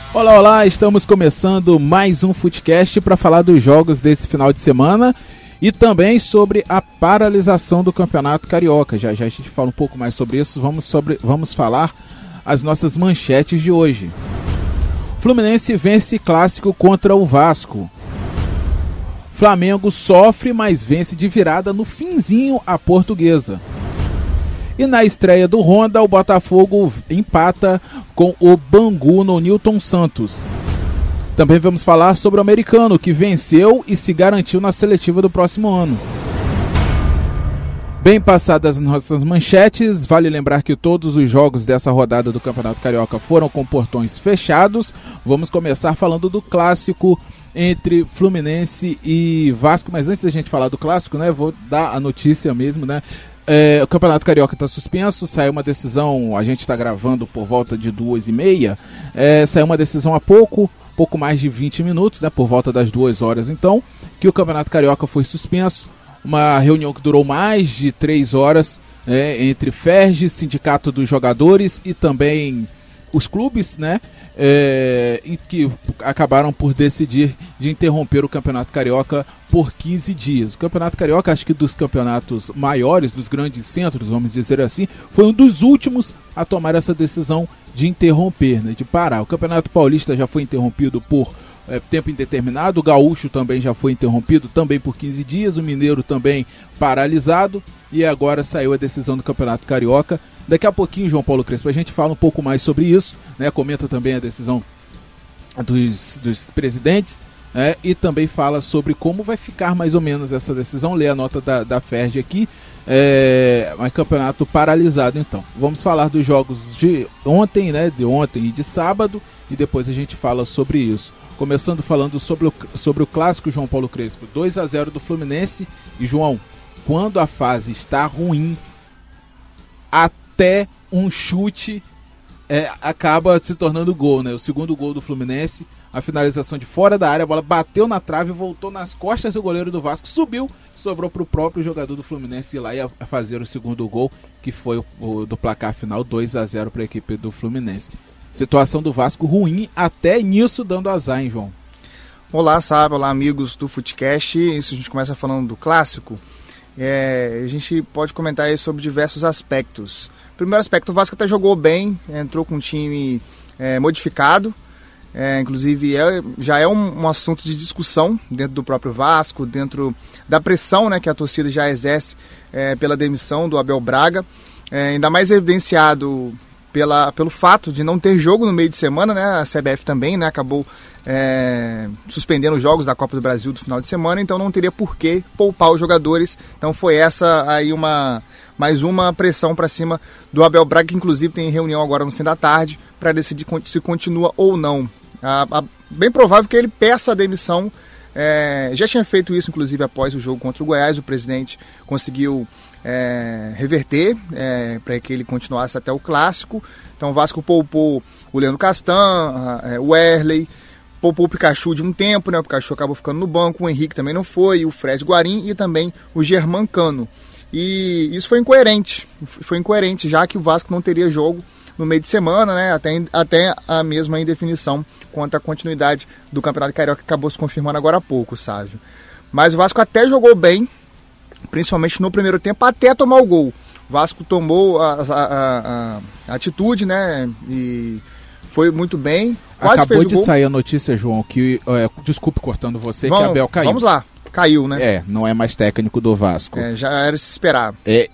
Olá, olá, estamos começando mais um Futecast para falar dos jogos desse final de semana e também sobre a paralisação do Campeonato Carioca. Já já a gente fala um pouco mais sobre isso, vamos falar as nossas manchetes de hoje. Fluminense vence clássico contra o Vasco. Flamengo sofre, mas vence de virada no finzinho a Portuguesa. E na estreia do Honda, o Botafogo empata com o Bangu no Newton Santos. Também vamos falar sobre o americano, que venceu e se garantiu na seletiva do próximo ano. Bem passadas as nossas manchetes, vale lembrar que todos os jogos dessa rodada do Campeonato Carioca foram com portões fechados. Vamos começar falando do clássico entre Fluminense e Vasco, mas antes da gente falar do clássico, né, vou dar a notícia mesmo, né? O Campeonato Carioca está suspenso, saiu uma decisão, a gente está gravando por volta de 2h30, saiu uma decisão há pouco mais de 20 minutos, né, por volta das 2 horas então, que o Campeonato Carioca foi suspenso, uma reunião que durou mais de 3 horas, entre FERJ, Sindicato dos Jogadores e também os clubes, né, que acabaram por decidir de interromper o Campeonato Carioca por 15 dias. O Campeonato Carioca, acho que dos campeonatos maiores, dos grandes centros, vamos dizer assim, foi um dos últimos a tomar essa decisão de interromper, né, de parar. O Campeonato Paulista já foi interrompido por tempo indeterminado, o Gaúcho também já foi interrompido, também por 15 dias, o Mineiro também paralisado, e agora saiu a decisão do Campeonato Carioca. Daqui a pouquinho, João Paulo Crespo, a gente fala um pouco mais sobre isso, né? Comenta também a decisão dos presidentes, né? E também fala sobre como vai ficar mais ou menos essa decisão. Lê a nota da FERJ aqui, um campeonato paralisado então. Vamos falar dos jogos de ontem, né? De ontem e de sábado, e depois a gente fala sobre isso. Começando falando sobre o clássico, João Paulo Crespo, 2-0 do Fluminense. E João, quando a fase está ruim, até um chute acaba se tornando gol, né? O segundo gol do Fluminense, a finalização de fora da área, a bola bateu na trave, voltou nas costas do goleiro do Vasco, subiu, sobrou para o próprio jogador do Fluminense ir lá e a fazer o segundo gol, que foi o do placar final, 2-0 para a equipe do Fluminense. Situação do Vasco ruim, até nisso dando azar, hein, João? Olá, Sábio, olá, amigos do Futecast. Isso a gente começa falando do clássico. A gente pode comentar aí sobre diversos aspectos. Primeiro aspecto, o Vasco até jogou bem, entrou com um time modificado, inclusive já é um assunto de discussão dentro do próprio Vasco, dentro da pressão, né, que a torcida já exerce pela demissão do Abel Braga, ainda mais evidenciado pelo fato de não ter jogo no meio de semana, né? A CBF também, né, acabou suspendendo os jogos da Copa do Brasil do final de semana, então não teria por que poupar os jogadores. Então foi essa aí mais uma pressão para cima do Abel Braga, que inclusive tem reunião agora no fim da tarde para decidir se continua ou não. Bem provável que ele peça a demissão. Já tinha feito isso inclusive após o jogo contra o Goiás, o presidente conseguiu reverter para que ele continuasse até o clássico. Então o Vasco poupou o Leandro Castan, o Wesley, poupou o Pikachu de um tempo, né? O Pikachu acabou ficando no banco, o Henrique também não foi, o Fred Guarim e também o Germán Cano. E isso foi incoerente, já que o Vasco não teria jogo no meio de semana, né? Até a mesma indefinição quanto à continuidade do Campeonato Carioca, que acabou se confirmando agora há pouco, Sávio. Mas o Vasco até jogou bem, principalmente no primeiro tempo, até tomar o gol. O Vasco tomou a atitude, né? E foi muito bem. Quase acabou fez o de gol. Sair a notícia, João, que desculpe cortando você, que Abel caiu. Vamos lá, caiu, né? Não é mais técnico do Vasco. Já era se esperar.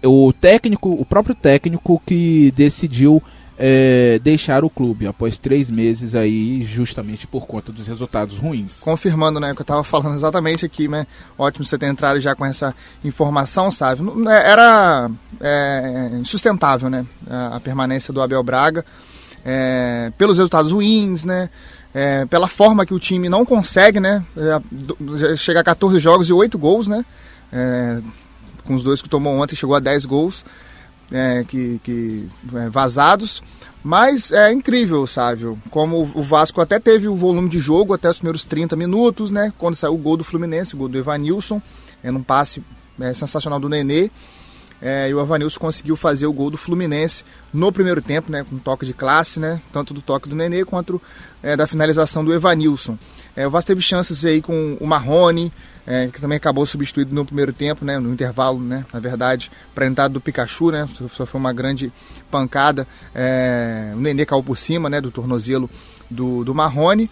O próprio técnico que decidiu deixar o clube após 3 meses aí, justamente por conta dos resultados ruins. Confirmando, né, o que eu estava falando exatamente aqui, né? Ótimo você ter entrado já com essa informação, sabe? Era insustentável, né? A permanência do Abel Braga, pelos resultados ruins, né? Pela forma que o time não consegue, né? Chega a 14 jogos e 8 gols, né? Com os 2 que tomou ontem, chegou a 10 gols. Vazados, mas é incrível, Sávio, como o Vasco até teve o volume de jogo até os primeiros 30 minutos, né, quando saiu o gol do Fluminense, o gol do Evanilson, num passe sensacional do Nenê, e o Evanilson conseguiu fazer o gol do Fluminense no primeiro tempo, né, com toque de classe, né, tanto do toque do Nenê quanto da finalização do Evanilson. O Vasco teve chances aí com o Marrone, que também acabou substituído no primeiro tempo, né, no intervalo, né, na verdade, para a entrada do Pikachu, né, só foi uma grande pancada. O Nenê caiu por cima, né, do tornozelo do Marrone.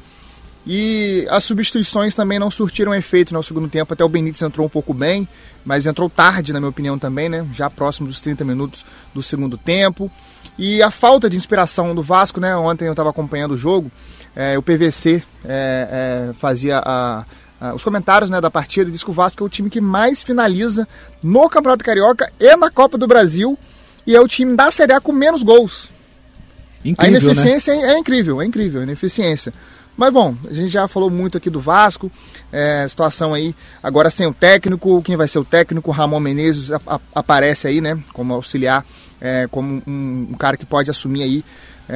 E as substituições também não surtiram efeito no segundo tempo. Até o Benítez entrou um pouco bem, mas entrou tarde, na minha opinião, também, né? Já próximo dos 30 minutos do segundo tempo. E a falta de inspiração do Vasco, né? Ontem eu estava acompanhando o jogo, o PVC fazia os comentários, né, da partida, e disse que o Vasco é o time que mais finaliza no Campeonato Carioca e na Copa do Brasil, e é o time da Série A com menos gols. Incrível, a ineficiência, né? É incrível, a ineficiência. Mas bom, a gente já falou muito aqui do Vasco, situação aí, agora sem o técnico, quem vai ser o técnico? O Ramon Menezes aparece aí, né, como auxiliar, como um cara que pode assumir aí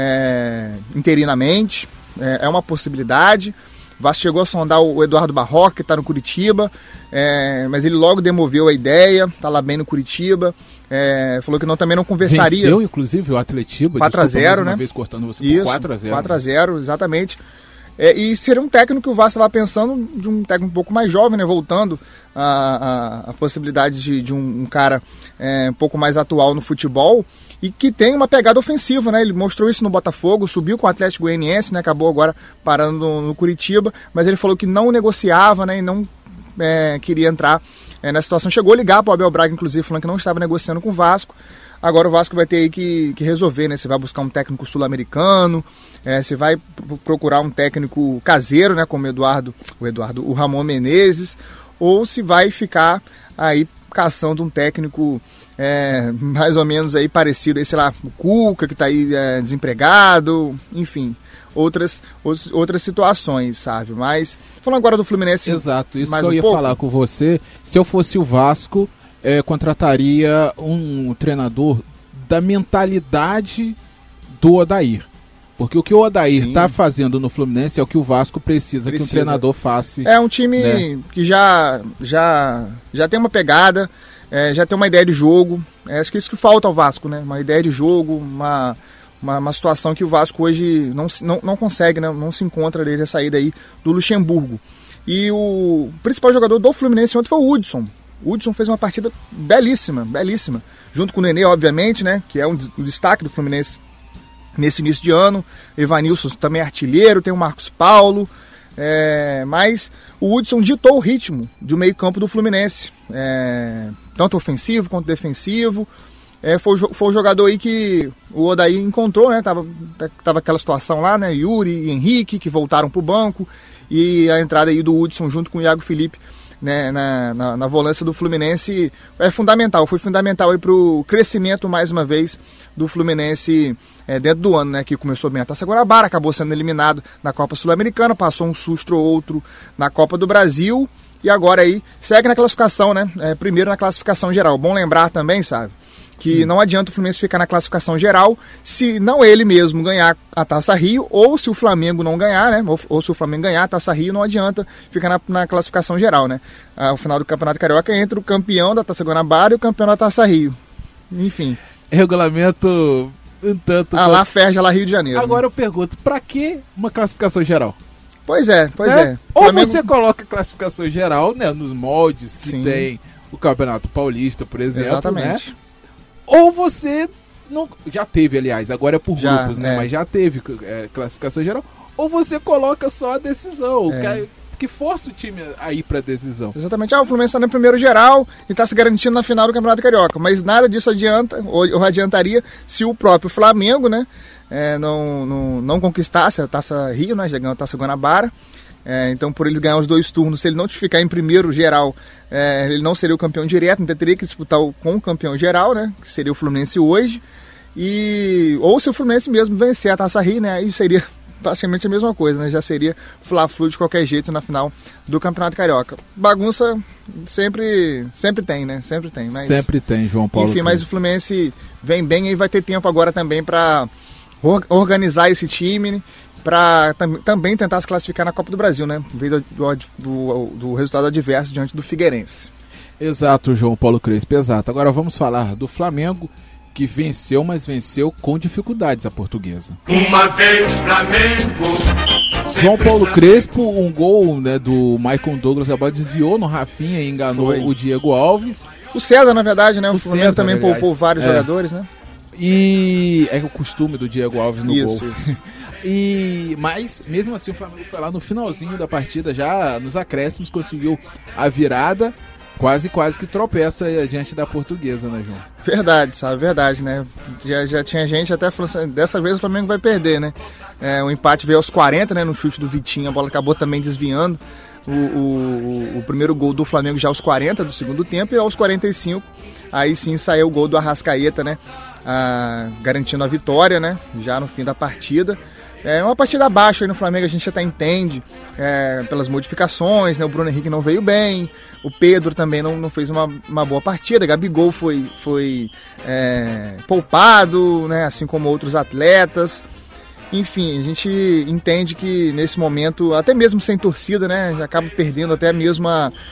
interinamente, é uma possibilidade. O Vasco chegou a sondar o Eduardo Barroca, que está no Curitiba, mas ele logo demoveu a ideia, está lá bem no Curitiba, falou que também não conversaria. Venceu, inclusive, o Atletiba, 4-0, né? Uma vez cortando você Isso, por 4-0. 4-0, exatamente. E seria um técnico que o Vasco estava pensando, de um técnico um pouco mais jovem, né, voltando a possibilidade de um cara um pouco mais atual no futebol e que tem uma pegada ofensiva, né? Ele mostrou isso no Botafogo, subiu com o Atlético Goianiense, né? Acabou agora parando no Curitiba, mas ele falou que não negociava, né? E não queria entrar na situação. Chegou a ligar para o Abel Braga, inclusive, falando que não estava negociando com o Vasco. Agora o Vasco vai ter aí que resolver, né? Se vai buscar um técnico sul-americano, se vai procurar um técnico caseiro, né? Como o Ramon Menezes, ou se vai ficar aí caçando um técnico mais ou menos aí parecido, aí, sei lá, o Cuca, que está aí desempregado, enfim, outras situações, sabe? Mas, falando agora do Fluminense... Exato, isso mais que eu ia pouco falar com você. Se eu fosse o Vasco, contrataria um treinador da mentalidade do Odair. Porque o que o Odair está fazendo no Fluminense é o que o Vasco precisa que um treinador faça. É um time, né, que já tem uma pegada, já tem uma ideia de jogo. Acho que isso que falta ao Vasco, né? Uma ideia de jogo, uma situação que o Vasco hoje não consegue, né? Não se encontra desde a saída aí do Luxemburgo. E o principal jogador do Fluminense ontem foi o Hudson. O Hudson fez uma partida belíssima, belíssima. Junto com o Nenê, obviamente, né? Que é um destaque do Fluminense nesse início de ano. Evanilson também é artilheiro, tem o Marcos Paulo, mas o Hudson ditou o ritmo do meio campo do Fluminense, tanto ofensivo quanto defensivo. Foi o jogador aí que o Odair encontrou, né? Tava aquela situação lá, né? Yuri e Henrique, que voltaram pro banco, e a entrada aí do Hudson junto com o Iago Felipe, né, na volância do Fluminense foi fundamental aí pro crescimento, mais uma vez, do Fluminense dentro do ano, né, que começou bem a Taça Guanabara, acabou sendo eliminado na Copa Sul-Americana, passou um susto ou outro na Copa do Brasil, e agora aí segue na classificação, né, primeiro na classificação geral. Bom lembrar também, sabe, que não adianta o Fluminense ficar na classificação geral se não ele mesmo ganhar a Taça Rio, ou se o Flamengo não ganhar, né? Ou se o Flamengo ganhar a Taça Rio, não adianta ficar na classificação geral, né? Ao final do Campeonato Carioca, entre o campeão da Taça Guanabara e o campeão da Taça Rio. Enfim. Regulamento um tanto... lá Ferja, lá Rio de Janeiro. Agora eu pergunto, pra que uma classificação geral? Pois é. Ou Flamengo... você coloca a classificação geral, né? Nos moldes que tem o Campeonato Paulista, por exemplo. Exatamente. Né? Ou você não, já teve, aliás, agora é por grupos, né? Mas já teve classificação geral. Ou você coloca só a decisão, que força o time a ir pra decisão. Exatamente. O Fluminense está no primeiro geral e está se garantindo na final do Campeonato Carioca. Mas nada disso adianta, ou adiantaria, se o próprio Flamengo, né, não conquistasse a Taça Rio, né? Já ganhou a Taça Guanabara. Então, por eles ganhar os 2 turnos, se ele não ficar em primeiro geral, ele não seria o campeão direto, então teria que disputar com o campeão geral, né? Que seria o Fluminense hoje. Ou se o Fluminense mesmo vencer a Taça Rio, né? Aí seria praticamente a mesma coisa, né? Já seria Fla-Flu de qualquer jeito na final do Campeonato Carioca. Bagunça sempre tem, né? Sempre tem. Mas, sempre tem, João Paulo. Enfim, mas o Fluminense vem bem e vai ter tempo agora também para organizar esse time, para também tentar se classificar na Copa do Brasil, né? Devido do resultado adverso diante do Figueirense. Exato, João Paulo Crespo, exato. Agora vamos falar do Flamengo, que venceu, mas venceu com dificuldades a Portuguesa. Uma vez Flamengo. João Paulo Crespo, um gol, né, do Maicon Douglas, a bola desviou no Rafinha e enganou o Diego Alves. O César, na verdade, né? O Flamengo César, também poupou vários jogadores, né? E é o costume do Diego Alves no gol. Isso. Mas, mesmo assim, o Flamengo foi lá no finalzinho da partida, já nos acréscimos, conseguiu a virada. Quase que tropeça diante da Portuguesa, né, João? Verdade, né? Já tinha gente até falando assim, dessa vez o Flamengo vai perder, né? O empate veio aos 40, né? No chute do Vitinho, a bola acabou também desviando. O primeiro gol do Flamengo já aos 40 do segundo tempo, e aos 45, aí sim saiu o gol do Arrascaeta, né? Garantindo a vitória, né? Já no fim da partida. É uma partida abaixo aí no Flamengo, a gente até entende pelas modificações, né? O Bruno Henrique não veio bem, o Pedro também não fez uma boa partida, Gabigol foi poupado, né? Assim como outros atletas. Enfim, a gente entende que nesse momento, até mesmo sem torcida, né? Já acaba perdendo até mesmo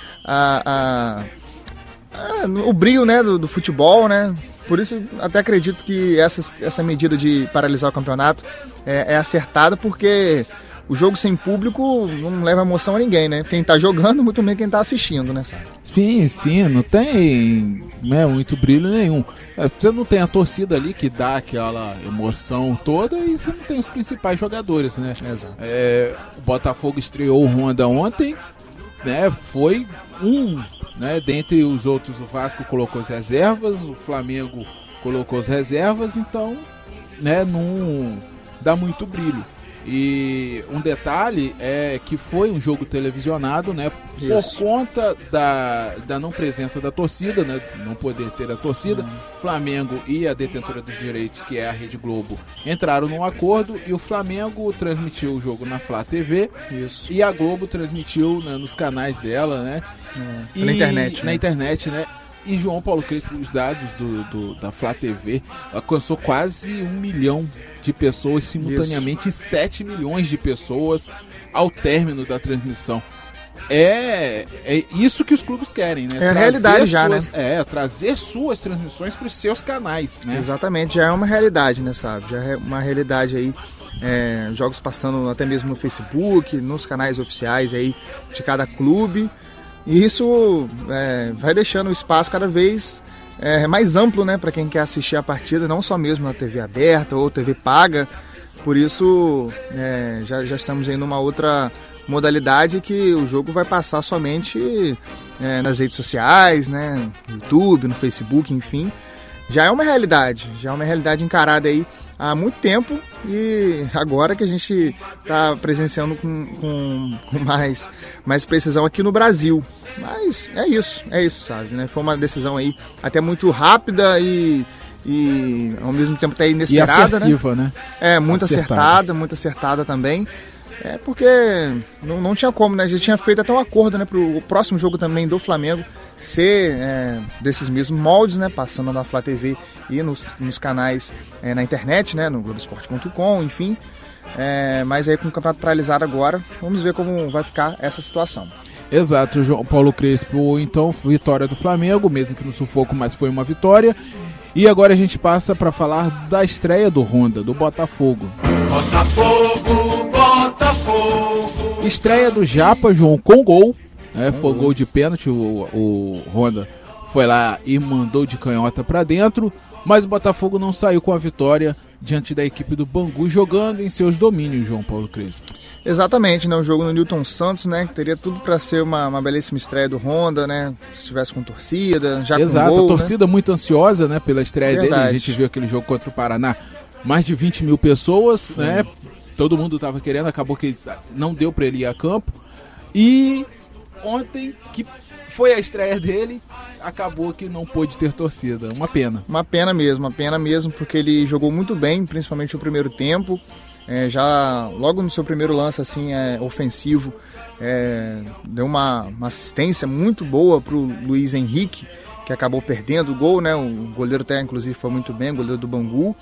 o brilho, né? do futebol, né? Por isso, até acredito que essa medida de paralisar o campeonato é acertada, porque o jogo sem público não leva emoção a ninguém, né? Quem tá jogando, muito bem quem tá assistindo, né, sabe? Sim, não tem muito brilho nenhum. Você não tem a torcida ali que dá aquela emoção toda, e você não tem os principais jogadores, né? Exato. O Botafogo estreou o Honda ontem, né? Foi né, dentre os outros, o Vasco colocou as reservas, o Flamengo colocou as reservas, então, né, não dá muito brilho. E um detalhe é que foi um jogo televisionado, né, por conta da não presença da torcida, né, não poder ter a torcida. Flamengo e a detentora dos direitos, que é a Rede Globo, entraram num acordo, e o Flamengo transmitiu o jogo na Flá TV. Isso. E a Globo transmitiu, né, nos canais dela, né, na internet, na internet, né. E João Paulo Crespo, os dados da Flá TV, alcançou quase 1 milhão de pessoas simultaneamente, 7 milhões de pessoas ao término da transmissão. É isso que os clubes querem, né? É a realidade já, né? Trazer suas transmissões para os seus canais, né? Exatamente, já é uma realidade, né, sabe? Já é uma realidade aí, jogos passando até mesmo no Facebook, nos canais oficiais aí de cada clube. E isso vai deixando o espaço cada vez mais amplo, né, para quem quer assistir a partida, não só mesmo na TV aberta ou TV paga. Por isso, já estamos aí numa outra modalidade, que o jogo vai passar somente nas redes sociais, né, no YouTube, no Facebook, enfim. Já é uma realidade encarada aí há muito tempo, e agora que a gente está presenciando com mais precisão aqui no Brasil. Mas é isso, sabe, né? Foi uma decisão aí até muito rápida e ao mesmo tempo até inesperada, e assertiva, né? Muito acertada também. Porque não tinha como, né? A gente tinha feito até um acordo, né, pro próximo jogo também do Flamengo ser desses mesmos moldes, né? Passando na Flá TV e nos canais na internet, né? No Globoesporte.com, enfim. Mas aí com o campeonato paralisado agora, vamos ver como vai ficar essa situação. Exato, João Paulo Crespo. Então, vitória do Flamengo, mesmo que no sufoco, mas foi uma vitória. E agora a gente passa para falar da estreia do Honda, do Botafogo. Botafogo. Estreia do Japa, João, com gol. Foi gol de pênalti, o Honda foi lá e mandou de canhota para dentro. Mas o Botafogo não saiu com a vitória diante da equipe do Bangu, jogando em seus domínios, João Paulo Crespo. Exatamente, né? Um jogo no Newton Santos, né? Que teria tudo para ser uma belíssima estreia do Honda, né? Se estivesse com torcida, já Exato, com gol, a torcida, né, muito ansiosa, né, pela estreia dele. A gente viu aquele jogo contra o Paraná, mais de 20 mil pessoas, né? Todo mundo estava querendo, acabou que não deu para ele ir a campo. E ontem, que foi a estreia dele, acabou que não pôde ter torcida. Uma pena. Uma pena mesmo, porque ele jogou muito bem, principalmente no primeiro tempo. Já logo no seu primeiro lance assim, ofensivo, deu uma assistência muito boa para o Luiz Henrique, que acabou perdendo o gol, né? O goleiro até inclusive foi muito bem, o goleiro do Bangu.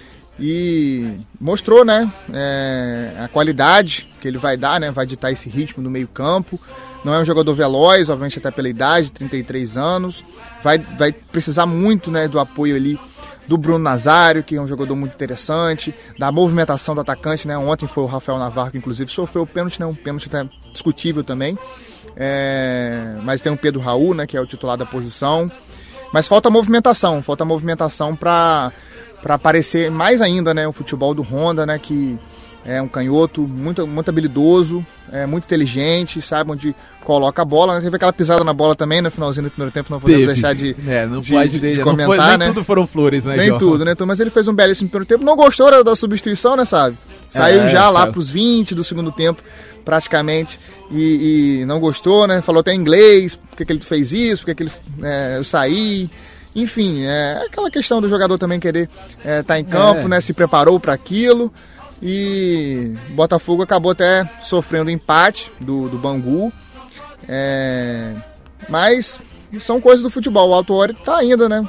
E mostrou, né, a qualidade que ele vai dar, né, vai ditar esse ritmo no meio campo. Não é um jogador veloz, obviamente até pela idade, 33 anos. Vai precisar muito, né, do apoio ali do Bruno Nazário, que é um jogador muito interessante, da movimentação do atacante, né? Ontem foi o Rafael Navarro que inclusive sofreu o pênalti, né? Um pênalti até discutível também. Mas tem o Pedro Raul, né, que é o titular da posição. Mas falta movimentação para aparecer mais ainda, né, o futebol do Honda, né, que é um canhoto muito, muito habilidoso, muito inteligente, sabe onde coloca a bola, né? Teve aquela pisada na bola também no finalzinho do primeiro tempo, não podemos deixar de comentar, nem né? tudo foram flores, né, Nem João? tudo, né? Mas ele fez um belíssimo primeiro tempo, não gostou da substituição, né, sabe? Saiu lá pros 20 do segundo tempo, praticamente, e não gostou, né? Falou até em inglês, por que ele fez isso, por que eu saí. Enfim, aquela questão do jogador também querer estar em campo, né? Se preparou para aquilo. E o Botafogo acabou até sofrendo empate do Bangu. Mas são coisas do futebol. O Alto Ori tá ainda, né?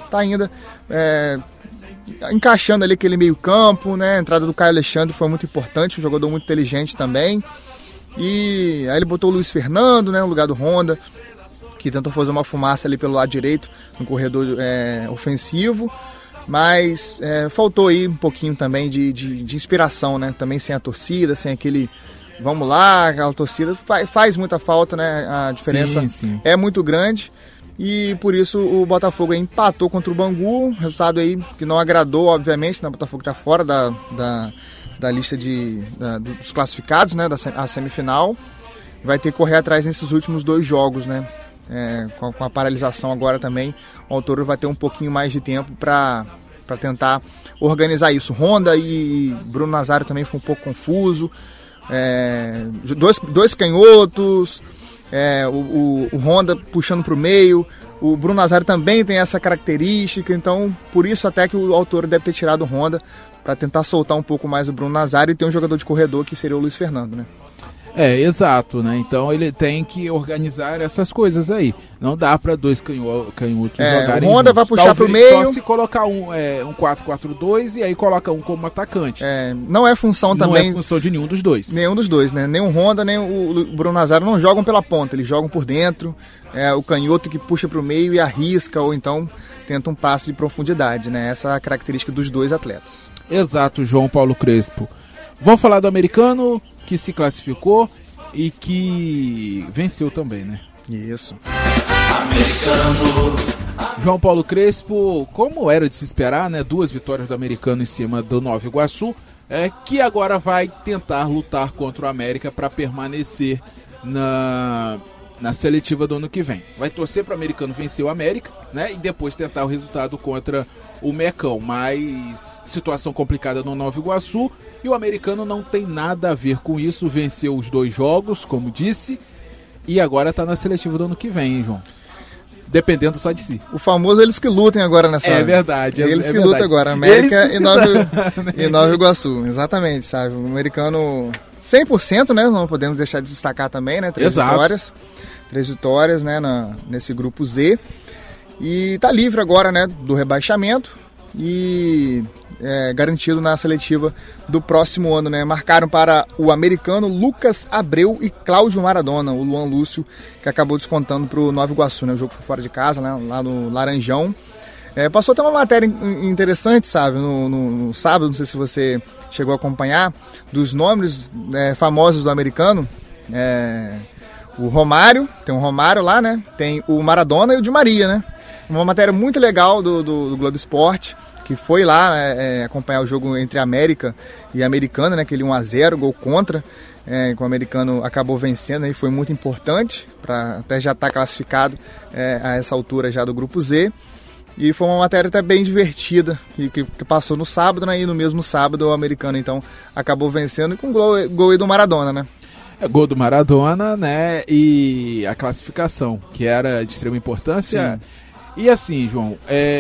Encaixando ali aquele meio campo, né? A entrada do Caio Alexandre foi muito importante, um jogador muito inteligente também. E aí ele botou o Luiz Fernando, né? No lugar do Honda, que tentou fazer uma fumaça ali pelo lado direito, no corredor ofensivo. Mas faltou aí um pouquinho também de inspiração, né? Também sem a torcida, sem aquele vamos lá, aquela torcida faz muita falta, né? A diferença sim. É muito grande e por isso o Botafogo aí empatou contra o Bangu, resultado aí que não agradou, obviamente, né? O Botafogo está fora da lista dos classificados, né? Da semifinal, vai ter que correr atrás nesses últimos 2 jogos, né? Com a paralisação agora também, o Autor vai ter um pouquinho mais de tempo para tentar organizar isso. Honda e Bruno Nazário também foi um pouco confuso, dois canhotos, o Honda puxando para o meio, o Bruno Nazário também tem essa característica, então por isso até que o Autor deve ter tirado o Honda para tentar soltar um pouco mais o Bruno Nazário e ter um jogador de corredor que seria o Luiz Fernando, né? Exato, né? Então ele tem que organizar essas coisas aí. Não dá para 2 canhotos jogarem o Honda juntos. vai puxar pro meio. Só se colocar um 4-4-2 e aí coloca um como atacante. Não é função também. Não é função de nenhum dos dois. Nenhum dos dois, né? Nem o Honda, nem o Bruno Nazário não jogam pela ponta, eles jogam por dentro. O canhoto que puxa pro meio e arrisca, ou então tenta um passe de profundidade, né? Essa é a característica dos 2 atletas. Exato, João Paulo Crespo. Vamos falar do americano, que se classificou e que venceu também, né? Isso. Americano. João Paulo Crespo, como era de se esperar, né? 2 vitórias do americano em cima do Nova Iguaçu, que agora vai tentar lutar contra o América para permanecer na seletiva do ano que vem. Vai torcer para o americano vencer o América, né? E depois tentar o resultado contra o Mecão. Mas situação complicada no Nova Iguaçu. E o americano não tem nada a ver com isso, venceu os 2 jogos, como disse, e agora está na seletiva do ano que vem, hein, João? Dependendo só de si. O famoso eles que lutem agora nessa... É verdade. Eles que lutam agora, América e Nova Iguaçu, exatamente, sabe? O americano 100%, né? Não podemos deixar de destacar também, né? 3 vitórias. 3 vitórias, né? Nesse grupo Z. E tá livre agora, né? Do rebaixamento e... garantido na seletiva do próximo ano, né? Marcaram para o americano Lucas Abreu e Cláudio Maradona, o Luan Lúcio, que acabou descontando para o Nova Iguaçu, né? O jogo foi fora de casa, né? Lá no Laranjão. Passou até uma matéria interessante, sabe? No sábado, não sei se você chegou a acompanhar, dos nomes famosos do americano. O Romário, tem um Romário lá, né? Tem o Maradona e o Di Maria, né? Uma matéria muito legal do Globo Esporte, que foi lá acompanhar o jogo entre América e Americana, né, aquele 1-0, gol contra, que o americano acabou vencendo, e foi muito importante, para até já estar classificado a essa altura já do Grupo Z. E foi uma matéria até bem divertida, que passou no sábado, né, e no mesmo sábado o americano então acabou vencendo com gol aí do Maradona, né? Gol do Maradona, né, e a classificação, que era de extrema importância. Sim. E assim, João,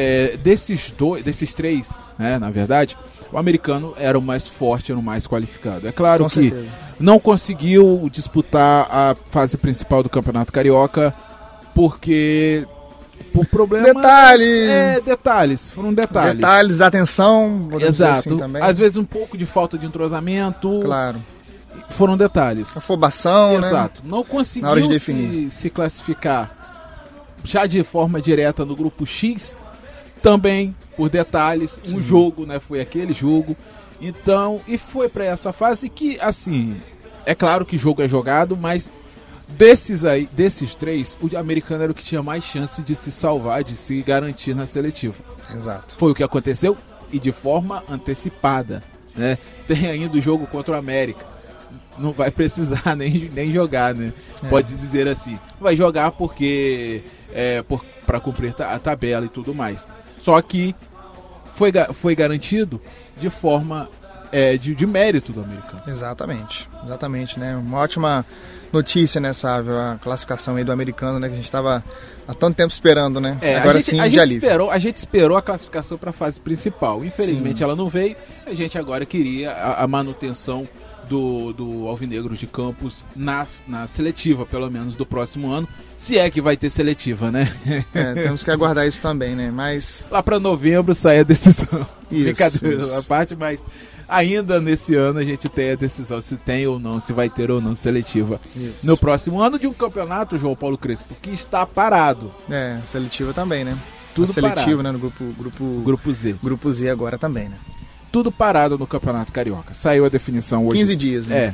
desses 3, né, na verdade, o americano era o mais forte, era o mais qualificado. É claro com que certeza. Não conseguiu disputar a fase principal do Campeonato Carioca porque por problemas... Detalhes, foram detalhes. Detalhes, atenção, exato, assim também. Às vezes um pouco de falta de entrosamento. Claro. foram detalhes. Afobação, Exato. né? Não Na hora de conseguiu definir. se classificar já de forma direta no grupo X, também por detalhes. Um jogo, né? Foi aquele jogo. Então, e foi para essa fase que, assim, é claro que jogo é jogado, mas desses três, o americano era o que tinha mais chance de se salvar, de se garantir na seletiva. Exato. Foi o que aconteceu e de forma antecipada, né? Tem ainda o jogo contra o América. Não vai precisar nem jogar, né? Pode-se dizer assim. Vai jogar porque para cumprir a tabela e tudo mais. Só que foi garantido de forma de mérito do americano. Exatamente, né? Uma ótima notícia, né, Sávio? A classificação aí do americano, né? Que a gente estava há tanto tempo esperando, né? Agora sim, de alívio. A gente esperou a classificação para a fase principal. Infelizmente ela não veio. A gente agora queria a manutenção do Alvinegro de Campos na seletiva, pelo menos, do próximo ano. Se é que vai ter seletiva, né? Temos que aguardar isso também, né? Mas lá para novembro sai a decisão. Brincadeira Isso. à parte, mas ainda nesse ano a gente tem a decisão se tem ou não, se vai ter ou não seletiva. Isso. No próximo ano de um campeonato, João Paulo Crespo, que está parado. Seletiva também, né? Tudo seletivo, parado. né? No Grupo Z. Grupo Z agora também, né? Tudo parado no Campeonato Carioca. Saiu a definição hoje. 15 dias, né?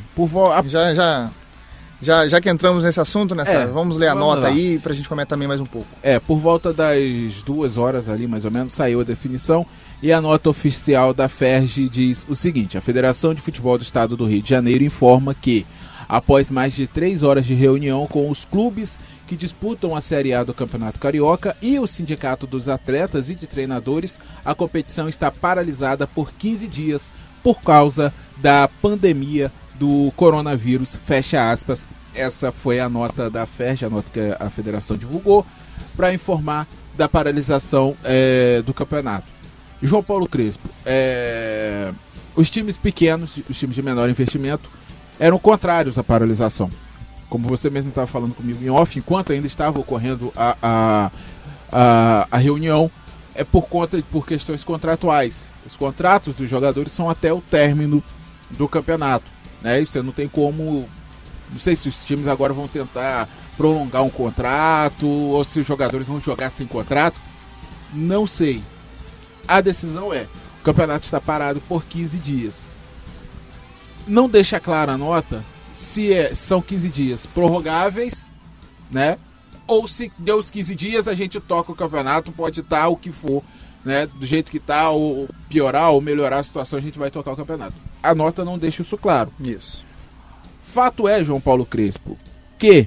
Já que entramos nesse assunto, né, Sávio? Vamos ler a nota aí pra gente comentar também mais um pouco. Por volta das 2 horas ali, mais ou menos, saiu a definição e a nota oficial da FERJ diz o seguinte: a Federação de Futebol do Estado do Rio de Janeiro informa que, após mais de 3 horas de reunião com os clubes que disputam a Série A do Campeonato Carioca e o Sindicato dos Atletas e de Treinadores, a competição está paralisada por 15 dias por causa da pandemia do coronavírus, fecha aspas. Essa foi a nota da FERJ, a nota que a federação divulgou, para informar da paralisação do campeonato. João Paulo Crespo, os times pequenos, os times de menor investimento, eram contrários à paralisação. Como você mesmo estava falando comigo em off, enquanto ainda estava ocorrendo a reunião, por questões contratuais. Os contratos dos jogadores são até o término do campeonato, né? E você não tem como... Não sei se os times agora vão tentar prolongar um contrato ou se os jogadores vão jogar sem contrato. Não sei. A decisão o campeonato está parado por 15 dias. Não deixa clara a nota se são 15 dias prorrogáveis, né? Ou se deu os 15 dias a gente toca o campeonato, pode estar o que for, né? Do jeito que está, ou piorar ou melhorar a situação, a gente vai tocar o campeonato. A nota não deixa isso claro. Isso. Fato João Paulo Crespo, que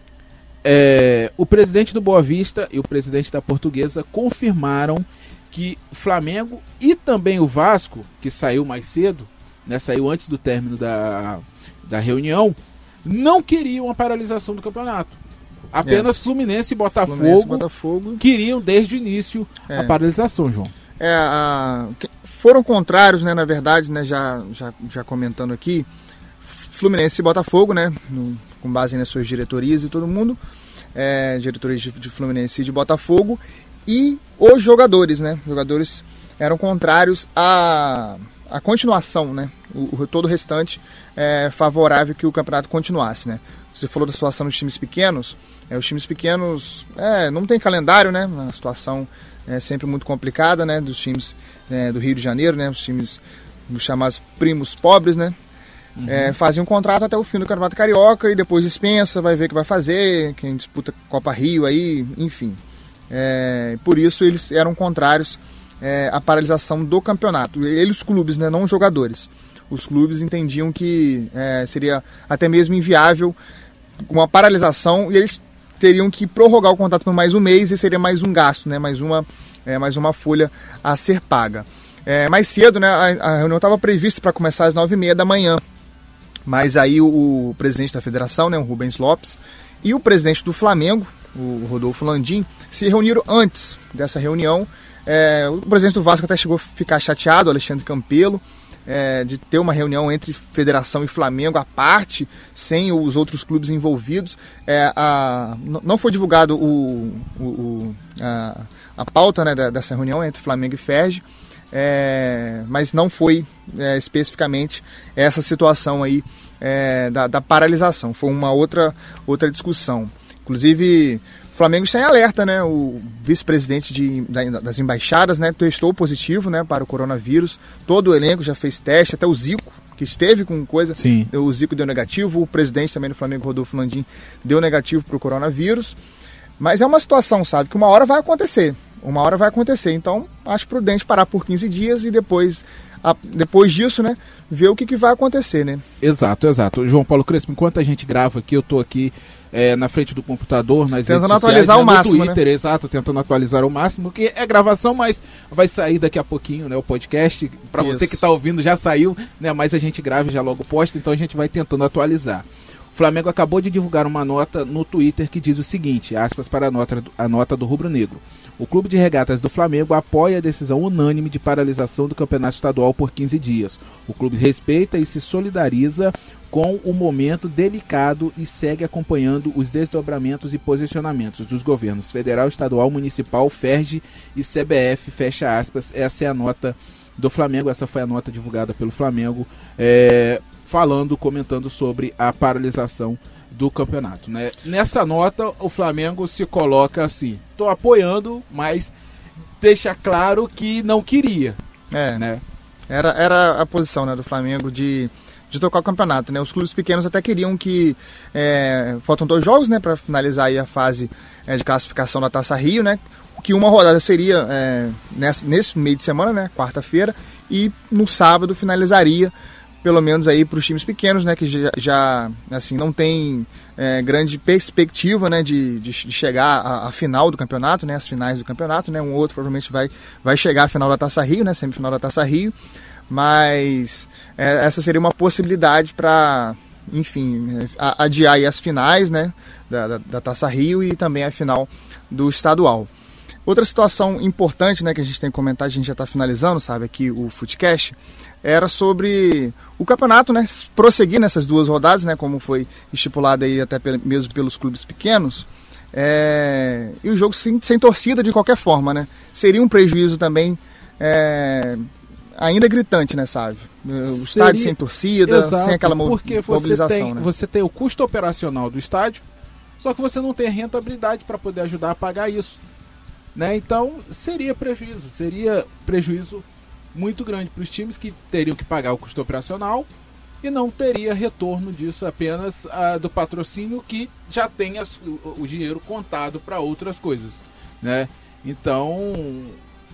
o presidente do Boa Vista e o presidente da Portuguesa confirmaram que o Flamengo e também o Vasco, que saiu mais cedo, né, saiu antes do término da reunião, não queriam a paralisação do campeonato. Apenas Fluminense e Botafogo queriam desde o início a paralisação, João. Foram contrários, né, na verdade, né, já comentando aqui, Fluminense e Botafogo, né, com base nas suas diretorias e todo mundo, diretores de Fluminense e de Botafogo, e os jogadores, né, jogadores eram contrários à continuação, né, todo o restante favorável que o campeonato continuasse, né. Você falou da situação dos times pequenos, os times pequenos não tem calendário, né, a situação é sempre muito complicada, né, dos times do Rio de Janeiro, né, os times dos chamados primos pobres, né. Fazem um contrato até o fim do Campeonato Carioca e depois dispensa, vai ver o que vai fazer, quem disputa Copa Rio aí, enfim. Por isso eles eram contrários à paralisação do campeonato. Eles, os clubes, né, não os jogadores. Os clubes entendiam que seria até mesmo inviável uma paralisação e eles teriam que prorrogar o contrato por mais um mês e seria mais um gasto, né, mais uma folha a ser paga. Mais cedo, né, a reunião estava prevista para começar às 9h30 da manhã. Mas aí o presidente da federação, né, o Rubens Lopes, e o presidente do Flamengo, o Rodolfo Landim, se reuniram antes dessa reunião. O presidente do Vasco até chegou a ficar chateado, Alexandre Campelo, de ter uma reunião entre federação e Flamengo à parte, sem os outros clubes envolvidos. Não foi divulgado a pauta, né, dessa reunião entre Flamengo e FERJ. mas não foi especificamente essa situação aí da paralisação. Foi uma outra discussão. Inclusive, o Flamengo está em alerta, né? O vice-presidente das embaixadas, né, testou positivo, né, para o coronavírus. Todo o elenco já fez teste, até o Zico, que esteve com coisa. Sim. O Zico deu negativo, o presidente também do Flamengo, Rodolfo Landim, deu negativo para o coronavírus. Mas é uma situação, sabe, que uma hora vai acontecer. Então, acho prudente parar por 15 dias e depois disso, né, ver o que vai acontecer, né? Exato. João Paulo Crespo, enquanto a gente grava aqui, eu tô aqui na frente do computador, nas tentando redes sociais, atualizar o máximo, no Twitter, né? Exato, tentando atualizar o máximo, que é gravação, mas vai sair daqui a pouquinho, né, o podcast. Para você que tá ouvindo, já saiu, né, mas a gente grava e já logo posta, então a gente vai tentando atualizar. O Flamengo acabou de divulgar uma nota no Twitter que diz o seguinte, aspas para a nota do Rubro Negro. O Clube de Regatas do Flamengo apoia a decisão unânime de paralisação do Campeonato Estadual por 15 dias. O clube respeita e se solidariza com o momento delicado e segue acompanhando os desdobramentos e posicionamentos dos governos federal, estadual, municipal, FERJ e CBF, fecha aspas. Essa é a nota do Flamengo, essa foi a nota divulgada pelo Flamengo, comentando sobre a paralisação do campeonato, né? Nessa nota, o Flamengo se coloca assim, tô apoiando, mas deixa claro que não queria. Né? Era a posição, né, do Flamengo de tocar o campeonato, né? Os clubes pequenos até queriam que faltam 2 jogos, né, para finalizar aí a fase de classificação da Taça Rio, né? Que uma rodada seria nesse meio de semana, né, quarta-feira, e no sábado finalizaria, pelo menos aí para os times pequenos, né, que já assim, não tem grande perspectiva, né, de chegar à final do campeonato, né, as finais do campeonato, né, um outro provavelmente vai chegar à final da Taça Rio, né, semifinal da Taça Rio, mas essa seria uma possibilidade para, enfim, adiar aí as finais, né, da Taça Rio e também a final do estadual. Outra situação importante, né, que a gente tem que comentar, a gente já está finalizando, sabe, aqui o Footcast, era sobre o campeonato, né, prosseguir nessas 2 rodadas, né, como foi estipulado aí até mesmo pelos clubes pequenos, e o jogo sem torcida de qualquer forma, né, seria um prejuízo também ainda gritante, né, sabe, o estádio sem torcida, exato, sem aquela mobilização, né? Você tem o custo operacional do estádio, só que você não tem rentabilidade para poder ajudar a pagar isso, né, então seria prejuízo muito grande para os times que teriam que pagar o custo operacional e não teria retorno disso, apenas do patrocínio que já tem o dinheiro contado para outras coisas, né? Então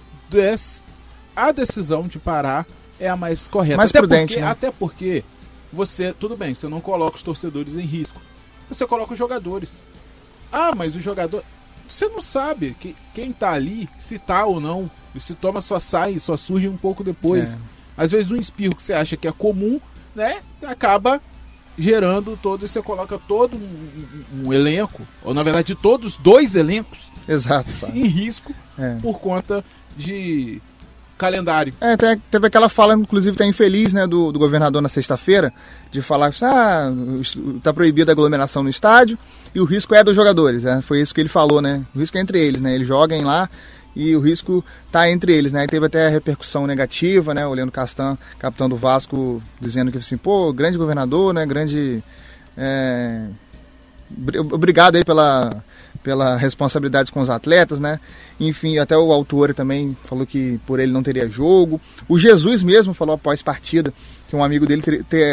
a decisão de parar é a mais correta, mais prudente, né? Até porque você, tudo bem, você não coloca os torcedores em risco, você coloca os jogadores. Mas o jogador, você não sabe que quem tá ali, se tá ou não, e se toma só sai, só surge um pouco depois. Às vezes um espirro que você acha que é comum, né, acaba gerando todo, e você coloca todo um elenco, ou na verdade todos 2 elencos, exato, em risco por conta de calendário. Teve aquela fala, inclusive, tá infeliz, né, do governador na sexta-feira, de falar que tá proibida a aglomeração no estádio e o risco é dos jogadores, né? Foi isso que ele falou, né? O risco é entre eles, né? Eles jogam lá e o risco tá entre eles, né? E teve até a repercussão negativa, né? O Leandro Castan, capitão do Vasco, dizendo que assim, grande governador, né? Obrigado aí pela responsabilidade com os atletas, né? Enfim, até o autor também falou que por ele não teria jogo. O Jesus mesmo falou após partida que um amigo dele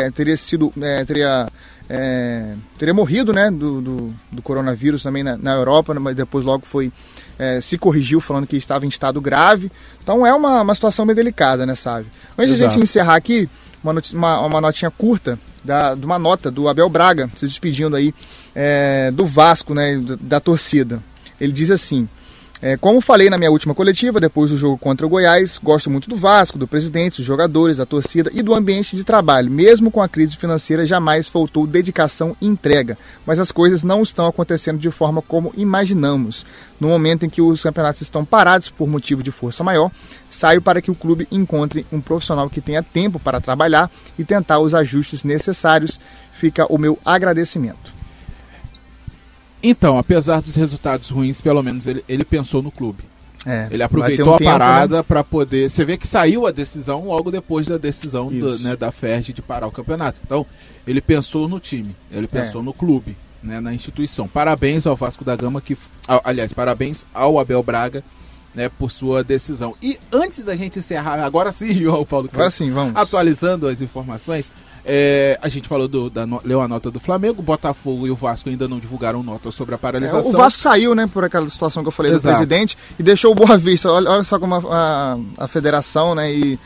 teria morrido, né, do coronavírus também na Europa, mas depois logo se corrigiu falando que estava em estado grave. Então é uma situação bem delicada, né, sabe? Antes de a gente encerrar aqui, uma notinha curta de uma nota do Abel Braga, se despedindo aí do Vasco, né, da torcida. Ele diz assim: como falei na minha última coletiva, depois do jogo contra o Goiás, gosto muito do Vasco, do presidente, dos jogadores, da torcida e do ambiente de trabalho. Mesmo com a crise financeira, jamais faltou dedicação e entrega. Mas as coisas não estão acontecendo de forma como imaginamos. No momento em que os campeonatos estão parados por motivo de força maior, saio para que o clube encontre um profissional que tenha tempo para trabalhar e tentar os ajustes necessários. Fica o meu agradecimento. Então, apesar dos resultados ruins, pelo menos ele pensou no clube. Ele aproveitou a parada para poder... Você vê que saiu a decisão logo depois da decisão da FERJ de parar o campeonato. Então, ele pensou no time, ele pensou no clube, né, na instituição. Parabéns ao Vasco da Gama, aliás, parabéns ao Abel Braga, né, por sua decisão. E antes da gente encerrar, agora sim, João Paulo, agora sim, vamos. Atualizando as informações, a gente falou leu a nota do Flamengo, o Botafogo e o Vasco ainda não divulgaram nota sobre a paralisação. O Vasco saiu, né, por aquela situação que eu falei do presidente, e deixou o Boa Vista. Olha só como a federação, né, e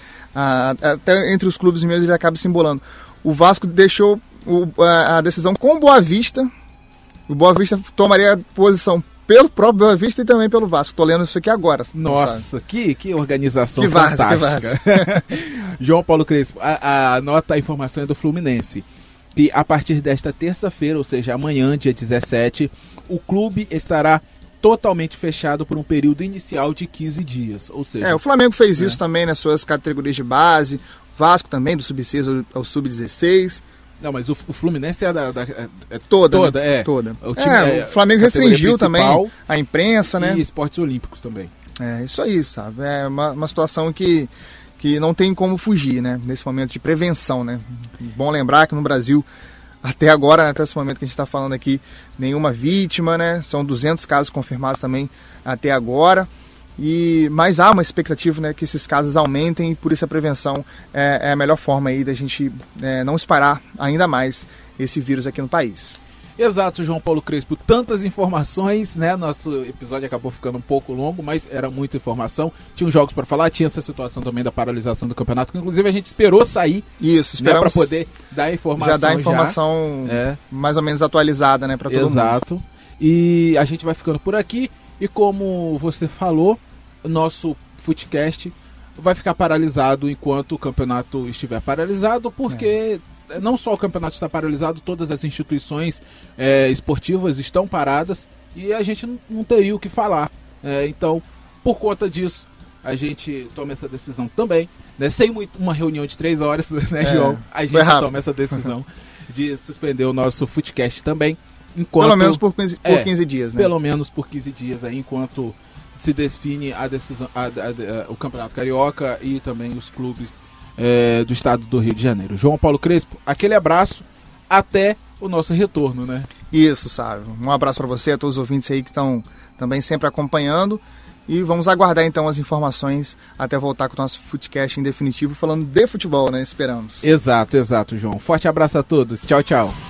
até entre os clubes mesmo ele acaba se embolando. O Vasco deixou a decisão com o Boa Vista. O Boa Vista tomaria posição pelo próprio Boa Vista e também pelo Vasco. Tô lendo isso aqui agora. Nossa, que organização fantástica. João Paulo Crespo, a informação é do Fluminense, que a partir desta terça-feira, ou seja, amanhã, dia 17, o clube estará totalmente fechado por um período inicial de 15 dias. Ou seja, o Flamengo fez isso também nas suas categorias de base, o Vasco também, do sub-6 ao sub-16. Não, mas o Fluminense é toda. Toda. O Flamengo restringiu também a imprensa, né? E esportes olímpicos também. Isso aí, sabe? É uma situação que não tem como fugir, né? Nesse momento de prevenção, né? Bom lembrar que no Brasil, até agora, até esse momento que a gente está falando aqui, nenhuma vítima, né? São 200 casos confirmados também até agora. Mas há uma expectativa, né, que esses casos aumentem, e por isso a prevenção é a melhor forma aí da gente não espalhar ainda mais esse vírus aqui no país. Exato, João Paulo Crespo, tantas informações, né? Nosso episódio acabou ficando um pouco longo, mas era muita informação. Tinha jogos para falar, tinha essa situação também da paralisação do campeonato, que inclusive a gente esperou sair, esperamos, para poder dar informação. Já dar informação mais ou menos atualizada, né, para todo mundo. Exato. E a gente vai ficando por aqui, e como você falou, o nosso Futecast vai ficar paralisado enquanto o campeonato estiver paralisado, porque não só o campeonato está paralisado, todas as instituições esportivas estão paradas e a gente não teria o que falar. Então, por conta disso, a gente toma essa decisão também, né? Sem uma reunião de 3 horas, né, João? A gente toma essa decisão de suspender o nosso Futecast também. Pelo menos por 15 dias, né? Pelo menos por 15 dias, aí, enquanto se define a decisão, o Campeonato Carioca e também os clubes do estado do Rio de Janeiro. João Paulo Crespo, aquele abraço, até o nosso retorno, né? Isso, sabe? Um abraço para você, a todos os ouvintes aí que estão também sempre acompanhando, e vamos aguardar então as informações até voltar com o nosso Futecast em definitivo, falando de futebol, né? Esperamos. Exato, João. Forte abraço a todos. Tchau, tchau.